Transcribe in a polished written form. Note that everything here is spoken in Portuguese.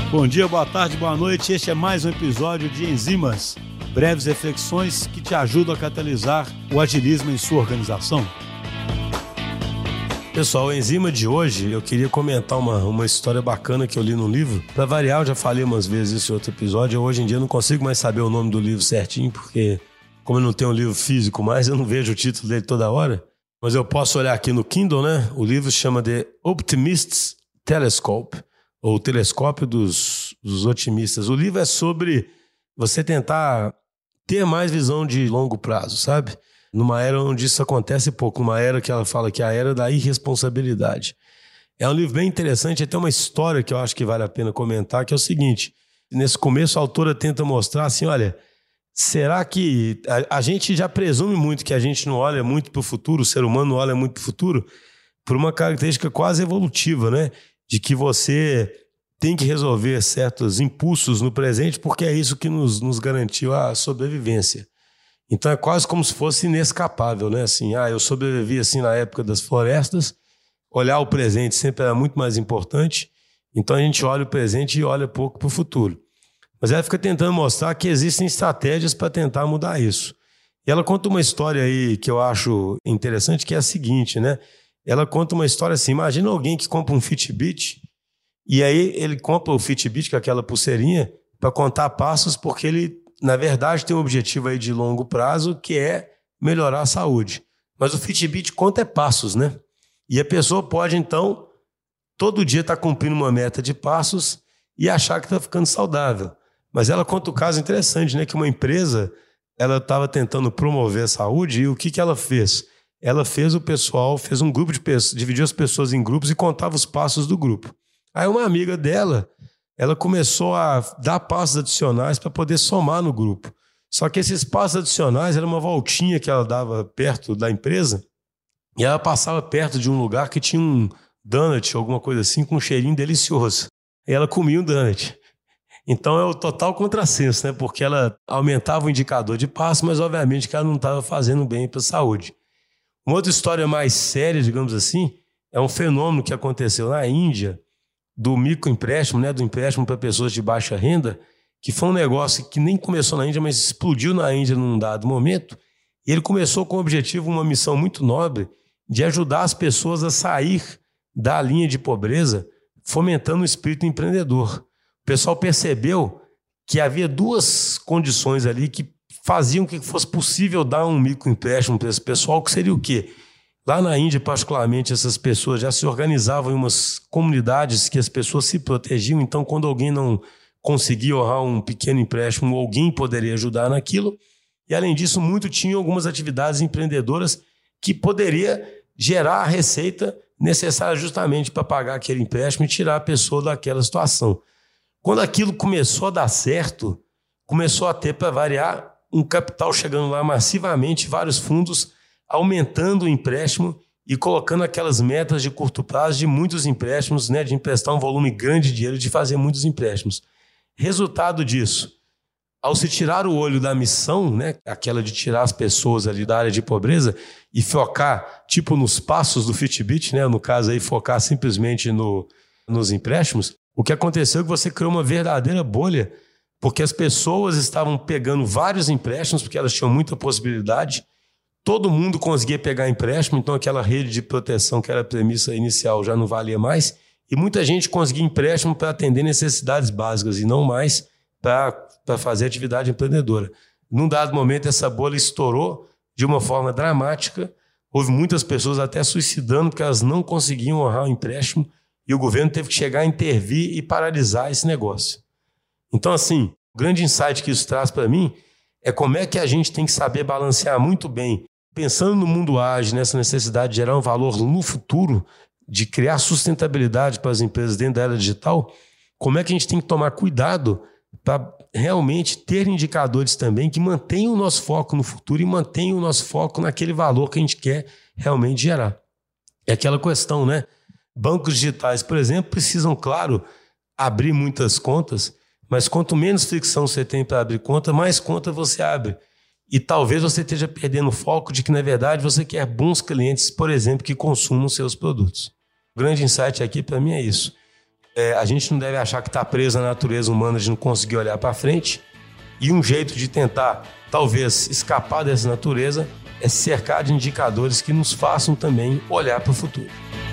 Bom dia, boa tarde, boa noite. Este é mais um episódio de Enzimas, breves reflexões que te ajudam a catalisar o agilismo em sua organização. Pessoal, a enzima de hoje, eu queria comentar uma história bacana que eu li no livro. Para variar, eu já falei umas vezes isso em outro episódio. Hoje em dia eu não consigo mais saber o nome do livro certinho, porque como eu não tenho um livro físico mais, eu não vejo o título dele toda hora. Mas eu posso olhar aqui no Kindle, né? O livro se chama The Optimist's Telescope, ou o Telescópio dos Otimistas. O livro é sobre você tentar ter mais visão de longo prazo, sabe? Numa era onde isso acontece pouco, numa era que ela fala que é a era da irresponsabilidade. É um livro bem interessante, tem uma história que eu acho que vale a pena comentar, que é o seguinte: nesse começo a autora tenta mostrar assim, olha, será que a gente já presume muito que a gente não olha muito para o futuro, o ser humano não olha muito para o futuro, por uma característica quase evolutiva, né? De que você tem que resolver certos impulsos no presente porque é isso que nos garantiu a sobrevivência. Então é quase como se fosse inescapável, né? Assim, eu sobrevivi assim na época das florestas, olhar o presente sempre era muito mais importante, então a gente olha o presente e olha pouco para o futuro. Mas ela fica tentando mostrar que existem estratégias para tentar mudar isso. E ela conta uma história aí que eu acho interessante, que é a seguinte, né? Ela conta uma história assim, imagina alguém que compra um Fitbit e aí ele compra o Fitbit, que é aquela pulseirinha, para contar passos, porque ele, na verdade, tem um objetivo aí de longo prazo, que é melhorar a saúde. Mas o Fitbit conta passos, né? E a pessoa pode, então, todo dia estar cumprindo uma meta de passos e achar que está ficando saudável. Mas ela conta um caso interessante, né? Que uma empresa, ela estava tentando promover a saúde e o que ela fez? Ela fez um grupo de pessoas, dividiu as pessoas em grupos e contava os passos do grupo. Aí uma amiga dela, ela começou a dar passos adicionais para poder somar no grupo. Só que esses passos adicionais era uma voltinha que ela dava perto da empresa e ela passava perto de um lugar que tinha um donut, alguma coisa assim, com um cheirinho delicioso. E ela comia um donut. Então é o total contrassenso, né? Porque ela aumentava o indicador de passo, mas obviamente que ela não estava fazendo bem para a saúde. Uma outra história mais séria, digamos assim, é um fenômeno que aconteceu na Índia, do microempréstimo, né, do empréstimo para pessoas de baixa renda, que foi um negócio que nem começou na Índia, mas explodiu na Índia num dado momento. E ele começou com o objetivo, uma missão muito nobre, de ajudar as pessoas a sair da linha de pobreza, fomentando o espírito empreendedor. O pessoal percebeu que havia duas condições ali que faziam que fosse possível dar um microempréstimo para esse pessoal, que seria o quê? Lá na Índia, particularmente, essas pessoas já se organizavam em umas comunidades que as pessoas se protegiam, então quando alguém não conseguia honrar um pequeno empréstimo, alguém poderia ajudar naquilo. E além disso, muito tinham algumas atividades empreendedoras que poderia gerar a receita necessária justamente para pagar aquele empréstimo e tirar a pessoa daquela situação. Quando aquilo começou a dar certo, começou a ter, para variar, um capital chegando lá massivamente, vários fundos aumentando o empréstimo e colocando aquelas metas de curto prazo de muitos empréstimos, né, de emprestar um volume grande de dinheiro, de fazer muitos empréstimos. Resultado disso, ao se tirar o olho da missão, né, aquela de tirar as pessoas ali da área de pobreza e focar tipo nos passos do Fitbit, né, no caso aí focar simplesmente nos empréstimos, o que aconteceu é que você criou uma verdadeira bolha, porque as pessoas estavam pegando vários empréstimos, porque elas tinham muita possibilidade, todo mundo conseguia pegar empréstimo, então aquela rede de proteção que era a premissa inicial já não valia mais, e muita gente conseguia empréstimo para atender necessidades básicas e não mais para fazer atividade empreendedora. Num dado momento, essa bolha estourou de uma forma dramática, houve muitas pessoas até suicidando porque elas não conseguiam honrar o empréstimo e o governo teve que chegar a intervir e paralisar esse negócio. Então, assim, o grande insight que isso traz para mim é como é que a gente tem que saber balancear muito bem, pensando no mundo ágil, nessa necessidade de gerar um valor no futuro, de criar sustentabilidade para as empresas dentro da era digital, como é que a gente tem que tomar cuidado para realmente ter indicadores também que mantenham o nosso foco no futuro e mantenham o nosso foco naquele valor que a gente quer realmente gerar. É aquela questão, né? Bancos digitais, por exemplo, precisam, claro, abrir muitas contas, mas quanto menos fricção você tem para abrir conta, mais conta você abre. E talvez você esteja perdendo o foco de que, na verdade, você quer bons clientes, por exemplo, que consumam seus produtos. O grande insight aqui, para mim, é isso. A gente não deve achar que está preso na natureza humana de não conseguir olhar para frente. E um jeito de tentar, talvez, escapar dessa natureza é se cercar de indicadores que nos façam também olhar para o futuro.